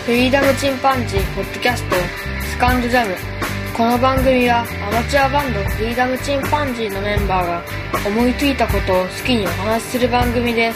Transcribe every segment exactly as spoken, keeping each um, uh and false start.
フリーダムチンパンジーポッドキャストスカンドジャム。この番組はアマチュアバンドフリーダムチンパンジーのメンバーが思いついたことを好きにお話しする番組です。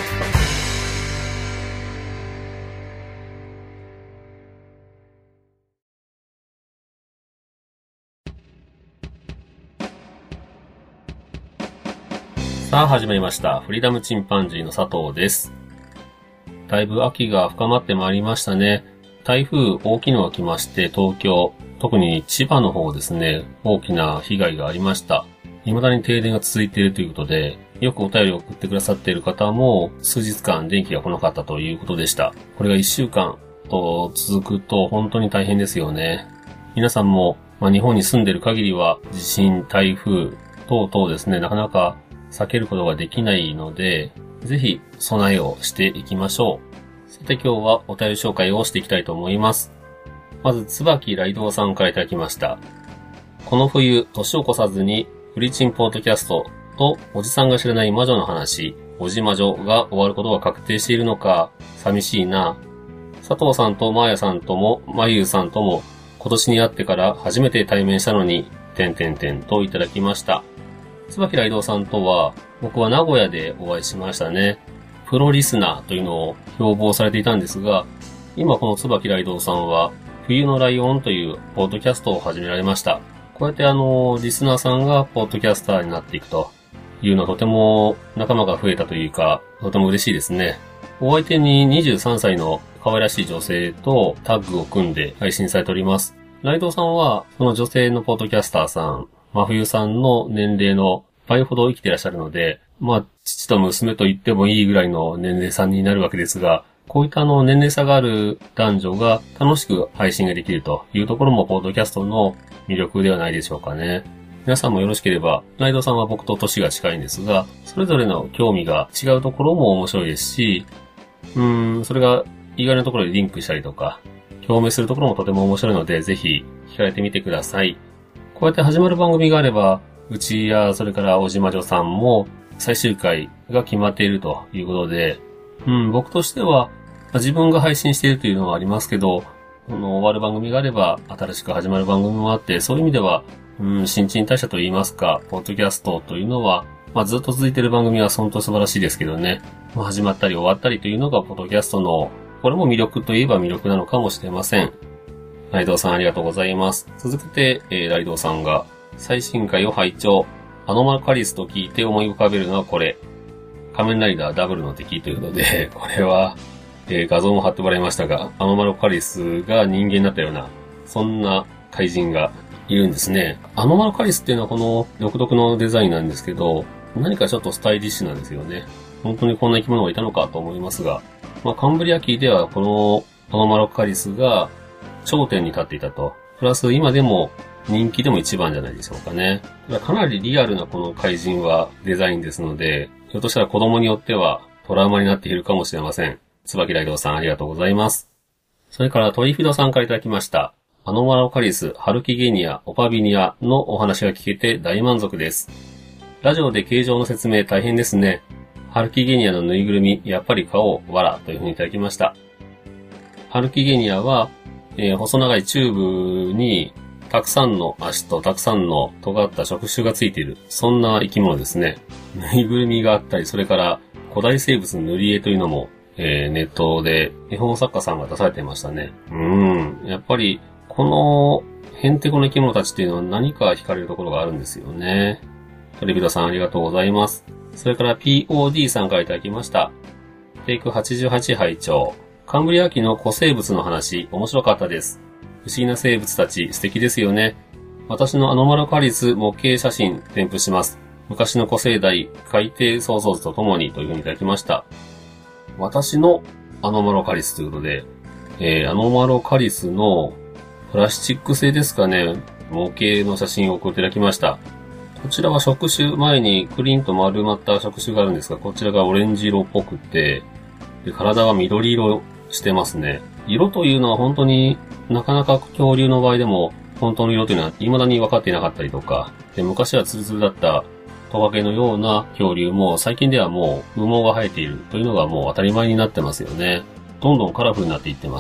さあ始まりました。フリーダムチンパンジーの佐藤です。だいぶ秋が深まってまいりましたね。台風大きいのが来まして、東京、特に千葉の方ですね、大きな被害がありました。未だに停電が続いているということで、よくお便りを送ってくださっている方も、数日間電気が来なかったということでした。これがいっしゅうかんと続くと本当に大変ですよね。皆さんも、まあ、日本に住んでいる限りは、地震、台風等々ですね、なかなか避けることができないので、ぜひ備えをしていきましょう。さて今日はお便り紹介をしていきたいと思います。まず、椿ライドウさんからいただきました。この冬、年を越さずに、フリチンポートキャストとおじさんが知らない魔女の話、おじ魔女が終わることが確定しているのか、寂しいな。佐藤さんとマーヤさんとも、まゆうさんとも、今年に会ってから初めて対面したのに、てんてんてんといただきました。椿ライドウさんとは、僕は名古屋でお会いしましたね。プロリスナーというのを標榜されていたんですが、今この椿ライドウさんは、冬のライオンというポッドキャストを始められました。こうやってあの、リスナーさんがポッドキャスターになっていくというのはとても仲間が増えたというか、とても嬉しいですね。お相手ににじゅうさんさいの可愛らしい女性とタッグを組んで配信されております。ライドウさんは、その女性のポッドキャスターさん、真冬さんの年齢の倍ほど生きていらっしゃるので、まあ、父と娘と言ってもいいぐらいの年齢差になるわけですが、こういったあの年齢差がある男女が楽しく配信ができるというところもポッドキャストの魅力ではないでしょうかね。皆さんもよろしければ、ライドさんは僕と年が近いんですが、それぞれの興味が違うところも面白いですし、うーん、それが意外なところでリンクしたりとか、共鳴するところもとても面白いので、ぜひ聞かれてみてください。こうやって始まる番組があれば、うちやそれからおじまじょさんも最終回が決まっているということで、うん、僕としては自分が配信しているというのはありますけど、この終わる番組があれば新しく始まる番組もあって、そういう意味では、うん、新陳代謝といいますか、ポッドキャストというのは、まあ、ずっと続いている番組は本当素晴らしいですけどね、まあ、始まったり終わったりというのがポッドキャストの、これも魅力といえば魅力なのかもしれません。ライドウさんありがとうございます。続けて、えー、ライドウさんが、最新回を拝聴。アノマルカリスと聞いて思い浮かべるのはこれ。仮面ライダーダブルの敵ということで、これは、えー、画像も貼ってもらいましたが、アノマルカリスが人間になったような、そんな怪人がいるんですね。アノマルカリスっていうのはこの独特のデザインなんですけど、何かちょっとスタイリッシュなんですよね。本当にこんな生き物がいたのかと思いますが、まあ、カンブリア紀ではこのアノマルカリスが頂点に立っていたと。プラス今でも人気でも一番じゃないでしょうかね。かなりリアルなこの怪人はデザインですので、ひょっとしたら子供によってはトラウマになっているかもしれません。椿ライドウさんありがとうございます。それからトリフィドさんからいただきました。アノマロカリス、ハルキゲニア、オパビニアのお話が聞けて大満足です。ラジオで形状の説明大変ですね。ハルキゲニアのぬいぐるみ、やっぱり買おう、わら、というふうにいただきました。ハルキゲニアは、えー、細長いチューブにたくさんの足とたくさんの尖った触手がついている。そんな生き物ですね。ぬいぐるみがあったり、それから古代生物の塗り絵というのも、えー、ネットで絵本作家さんが出されていましたね。うーん。やっぱり、このヘンテコの生き物たちっていうのは何か惹かれるところがあるんですよね。トリビドさんありがとうございます。それから ピーオーディー さんからいただきました。テイクはちじゅうはち拝聴。カンブリア紀の古生物の話、面白かったです。不思議な生物たち、素敵ですよね。私のアノマロカリス模型写真添付します。昔の古生代、海底創造図とともにというふうにいただきました。私のアノマロカリスということで、えー、アノマロカリスのプラスチック製ですかね、模型の写真を送っていただきました。こちらは触手、前にクリンと丸まった触手があるんですが、こちらがオレンジ色っぽくて、で体は緑色してますね。色というのは本当になかなか恐竜の場合でも本当の色というのは未だに分かっていなかったりとか、で昔はツルツルだったトカゲのような恐竜も最近ではもう羽毛が生えているというのがもう当たり前になってますよね。どんどんカラフルになっていってます。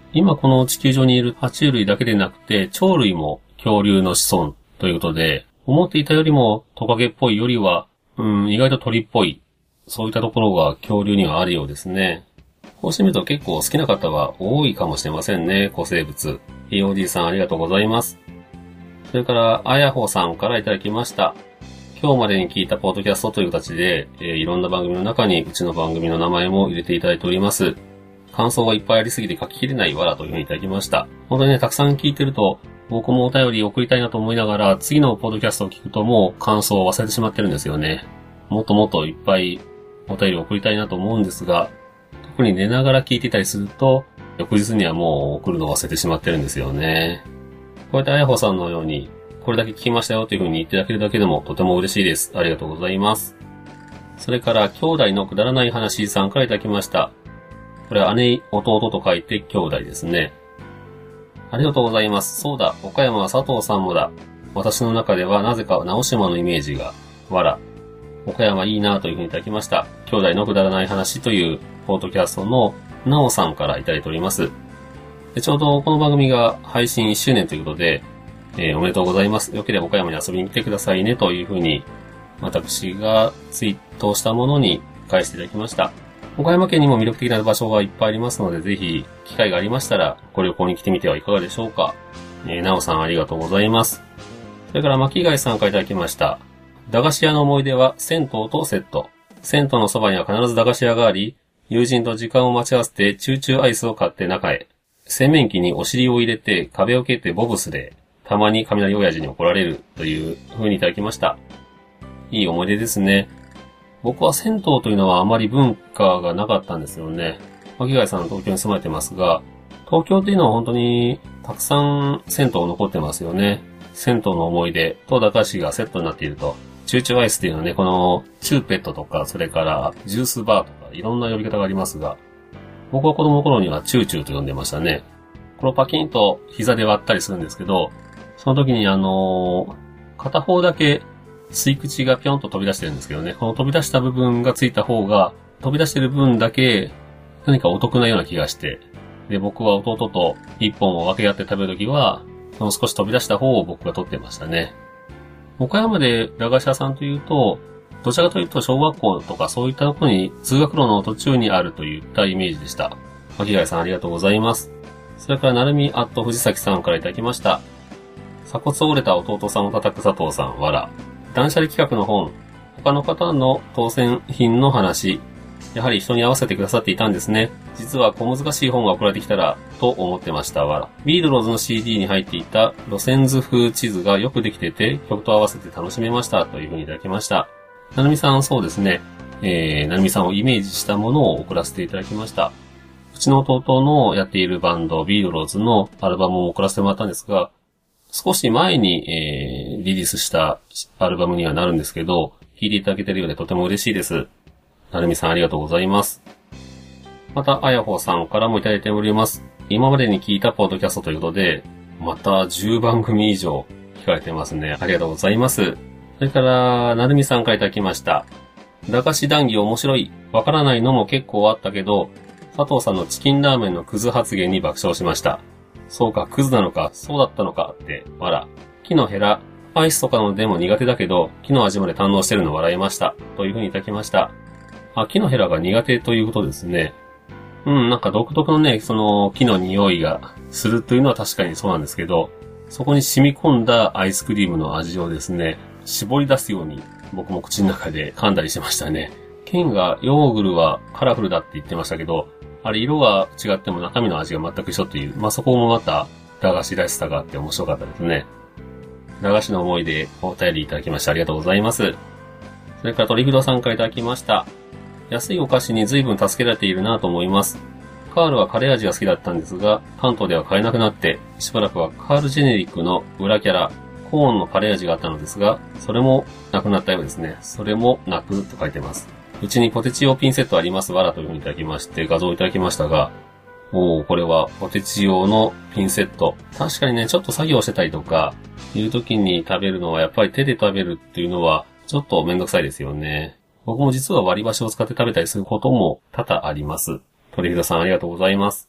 今この地球上にいる爬虫類だけでなくて、鳥類も恐竜の子孫ということで、思っていたよりもトカゲっぽいよりは、うん、意外と鳥っぽい、そういったところが恐竜にはあるようですね。こうしてみると結構好きな方は多いかもしれませんね、古生物。エーオーディー さんありがとうございます。それから、あやほさんからいただきました。今日までに聞いたポッドキャストという形で、えー、いろんな番組の中にうちの番組の名前も入れていただいております。感想がいっぱいありすぎて書ききれないわらというふうにいただきました。本当にね、たくさん聞いてると、僕もお便り送りたいなと思いながら、次のポッドキャストを聞くともう感想を忘れてしまってるんですよね。もっともっといっぱいお便りを送りたいなと思うんですが、特に寝ながら聞いてたりすると、翌日にはもう送るのを忘れてしまってるんですよね。こうやってあやほさんのように、これだけ聞きましたよというふうに言っていただけるだけでもとても嬉しいです。ありがとうございます。それから、兄弟のくだらない話さんからいただきました。これは姉、弟と書いて兄弟ですね。ありがとうございます。そうだ、岡山は佐藤さんもだ。私の中ではなぜか直島のイメージが、わら。岡山いいなというふうにいただきました。兄弟のくだらない話というポッドキャストのなおさんからいただいております。でちょうどこの番組が配信いっしゅうねんということで、えー、おめでとうございます。よければ岡山に遊びに来てくださいねというふうに、私がツイートしたものに返していただきました。岡山県にも魅力的な場所がいっぱいありますので、ぜひ、機会がありましたら、ご旅行に来てみてはいかがでしょうか。えー、なおさんありがとうございます。それから、巻貝さんからいただきました。駄菓子屋の思い出は、銭湯とセット。銭湯のそばには必ず駄菓子屋があり、友人と時間を待ち合わせて、チューチューアイスを買って中へ。洗面器にお尻を入れて、壁を蹴ってボブスレー。たまに雷親父に怒られるという風にいただきました。いい思い出ですね。僕は銭湯というのはあまり文化がなかったんですよね。巻貝さん東京に住まれてますが、東京っていうのは本当にたくさん銭湯残ってますよね。銭湯の思い出と駄菓子がセットになっていると。チューチューアイスっていうのはね、このチューペットとか、それからジュースバーとかいろんな呼び方がありますが、僕は子供の頃にはチューチューと呼んでましたね。これをパキンと膝で割ったりするんですけど、その時にあのー、片方だけ吸い口がピョンと飛び出してるんですけどね。この飛び出した部分がついた方が、飛び出してる分だけ何かお得なような気がして。で、僕は弟と一本を分け合って食べるときは、その少し飛び出した方を僕が取ってましたね。岡山で駄菓子屋さんというと、どちらかというと小学校とかそういったところに通学路の途中にあるといったイメージでした。巻貝さんありがとうございます。それから、なるみアット藤崎さんからいただきました。鎖骨折れた弟さんを叩く佐藤さん、わら。断捨離企画の本、他の方の当選品の話、やはり人に合わせてくださっていたんですね。実は小難しい本が送られてきたら、と思ってました。わら。ビートルズの シーディー に入っていた路線図風地図がよくできてて、曲と合わせて楽しめました。というふうにいただきました。なるみさん、そうですね。えー、なるみさんをイメージしたものを送らせていただきました。うちの弟のやっているバンド、ビートルズのアルバムを送らせてもらったんですが、少し前に、えー、リリースしたアルバムにはなるんですけど、聴いていただけているようでとても嬉しいです。なるみさんありがとうございます。また、あやほさんからもいただいております。今までに聞いたポッドキャストということで、またじゅうばんぐみ以上聞かれてますね。ありがとうございます。それから、なるみさんからいただきました。駄菓子談義面白い。わからないのも結構あったけど、佐藤さんのチキンラーメンのクズ発言に爆笑しました。そうか、クズなのか、そうだったのかって、わら。木のヘラ、アイスとかのでも苦手だけど、木の味まで堪能してるの笑いました。というふうにいただきました。あ、木のヘラが苦手ということですね。うん、なんか独特のね、その木の匂いがするというのは確かにそうなんですけど、そこに染み込んだアイスクリームの味をですね、絞り出すように僕も口の中で噛んだりしましたね。ケンがヨーグルはカラフルだって言ってましたけど、あれ色が違っても中身の味が全く一緒という、まあ、そこもまた駄菓子らしさがあって面白かったですね。駄菓子の思い出お便りいただきましてありがとうございます。それから鳥不動さんからいただきました。安いお菓子に随分助けられているなと思います。カールはカレー味が好きだったんですが、関東では買えなくなって、しばらくはカールジェネリックの裏キャラ、コーンのカレー味があったのですが、それもなくなったようですね。それもなくと書いてます。うちにポテチ用ピンセットありますわらというふうにいただきまして画像をいただきましたが、おー、これはポテチ用のピンセット。確かにね、ちょっと作業してたりとか、いう時に食べるのはやっぱり手で食べるっていうのはちょっとめんどくさいですよね。僕も実は割り箸を使って食べたりすることも多々あります。鳥ひどさんありがとうございます。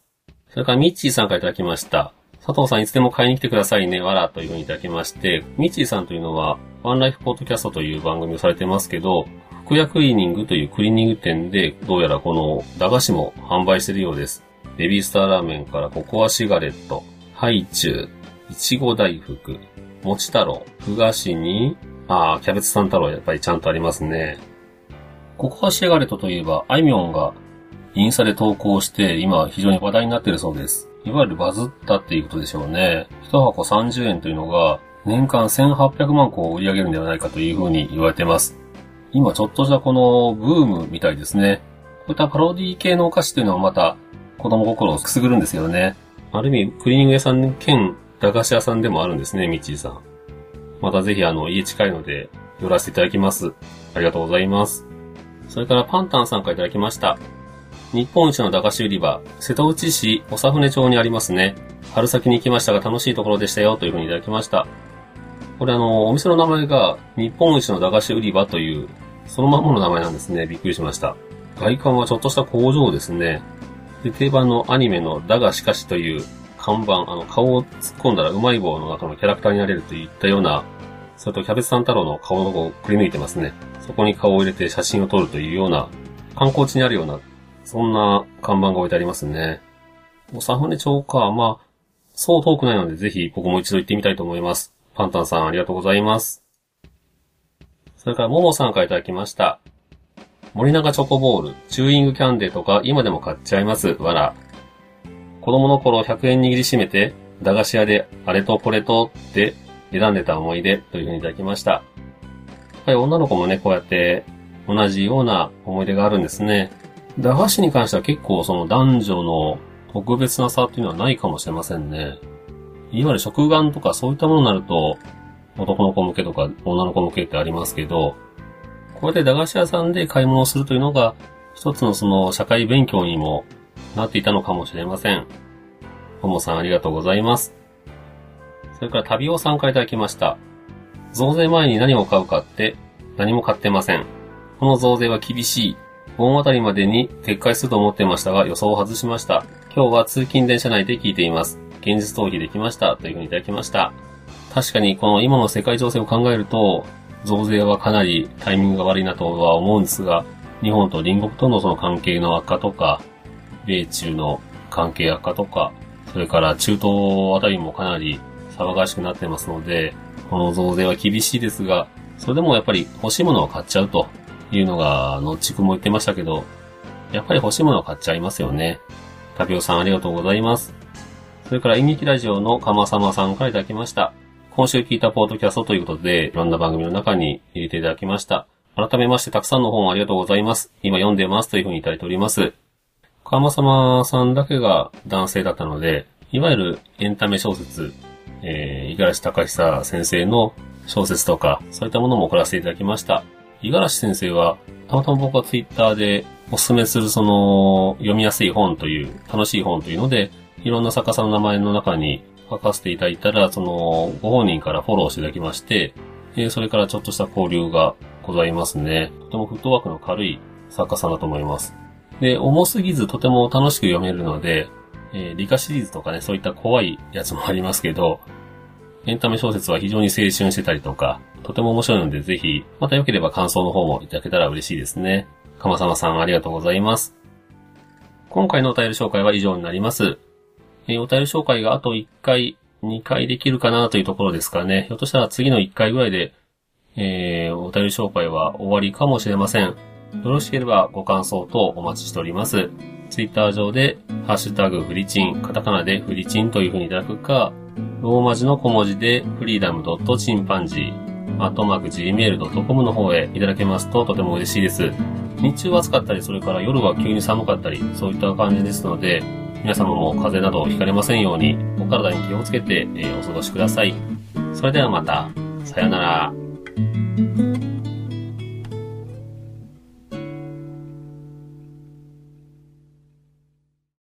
それからミッチーさんからいただきました。佐藤さんいつでも買いに来てくださいね、わらというふうにいただきまして、ミッチーさんというのは、ワンライフポッドキャストという番組をされてますけど、福屋クリーニングというクリーニング店で、どうやらこの駄菓子も販売しているようです。ベビースターラーメンからココアシガレット、ハイチュウ、いちご大福、もち太郎、ふ菓子に、あー、キャベツさん太郎やっぱりちゃんとありますね。ココアシガレットといえば、あいみょんがインスタで投稿して、今非常に話題になっているそうです。いわゆるバズったっていうことでしょうね。一箱さんじゅうえんというのが、年間せんはっぴゃくまんこを売り上げるんではないかというふうに言われています。今ちょっとしたこのブームみたいですね。こういったパロディ系のお菓子というのはまた子供心をくすぐるんですよね。ある意味クリーニング屋さん兼駄菓子屋さんでもあるんですね、ミッチーさん。またぜひあの家近いので寄らせていただきます。ありがとうございます。それからパンタンさんからいただきました。日本一の駄菓子売り場、瀬戸内市長船町にありますね。春先に行きましたが楽しいところでしたよというふうにいただきました。これあの、お店の名前が日本一の駄菓子売り場という、そのまんまの名前なんですね。びっくりしました。外観はちょっとした工場ですね。で、定番のアニメのだがしかしという看板、あの、顔を突っ込んだらうまい棒の中のキャラクターになれるといったような、それとキャベツさん太郎の顔の方をくり抜いてますね。そこに顔を入れて写真を撮るというような、観光地にあるような、そんな看板が置いてありますね。長船町か、まあ、そう遠くないのでぜひ僕も一度行ってみたいと思います。パンタンさんありがとうございます。それからももさんからいただきました。森永チョコボール、チューイングキャンデーとか今でも買っちゃいます。わら。子供の頃ひゃくえん握りしめて、駄菓子屋であれとこれとって選んでた思い出というふうにいただきました。はい、女の子もね、こうやって同じような思い出があるんですね。駄菓子に関しては結構その男女の特別な差っていうのはないかもしれませんね。いわゆる食玩とかそういったものになると、男の子向けとか女の子向けってありますけど、こうやって駄菓子屋さんで買い物をするというのが、一つのその社会勉強にもなっていたのかもしれません。ももさんありがとうございます。それから旅尾さんからいただきました。増税前に何を買うかって何も買ってません。この増税は厳しい。盆あたりまでに撤回すると思ってましたが予想を外しました。今日は通勤電車内で聞いています。現実逃避できましたというふうにいただきました。確かにこの今の世界情勢を考えると増税はかなりタイミングが悪いなとは思うんですが、日本と隣国とのその関係の悪化とか、米中の関係悪化とか、それから中東あたりもかなり騒がしくなってますので、この増税は厳しいですが、それでもやっぱり欲しいものを買っちゃうというのが、あの、ちくも言ってましたけど、やっぱり欲しいものを買っちゃいますよね。タピオさんありがとうございます。それから演劇ラジオのかまさまさんからいただきました。今週聞いたポードキャストということで、いろんな番組の中に入れていただきました。改めましてたくさんの本ありがとうございます。今読んでますというふうにいただいております。かまさまさんだけが男性だったので、いわゆるエンタメ小説、えー、五十嵐隆久先生の小説とか、そういったものも送らせていただきました。五十嵐先生は、たまたま僕はツイッターでおすすめするその、読みやすい本という、楽しい本というので、いろんな作家さんの名前の中に書かせていただいたら、その、ご本人からフォローしていただきまして、えー、それからちょっとした交流がございますね。とてもフットワークの軽い作家さんだと思います。で、重すぎずとても楽しく読めるので、えー、理科シリーズとかね、そういった怖いやつもありますけど、エンタメ小説は非常に青春してたりとか、とても面白いのでぜひ、また良ければ感想の方もいただけたら嬉しいですね。かまさまさんありがとうございます。今回のお便り紹介は以上になります。えー、お便り紹介があといっかい、にかいできるかなというところですかね。ひょっとしたら次のいっかいぐらいで、えー、お便り紹介は終わりかもしれません。よろしければご感想等お待ちしております。ツイッター上で、ハッシュタグフリチン、カタカナでフリチンという風にいただくか、ローマ字の小文字でフリーダムドットチンパンジー、アットマークジーメールドットコム の方へいただけますととても嬉しいです。日中は暑かったり、それから夜は急に寒かったり、そういった感じですので、皆様も風邪などひかれませんように、お体に気をつけて、えー、お過ごしください。それではまた、さよなら。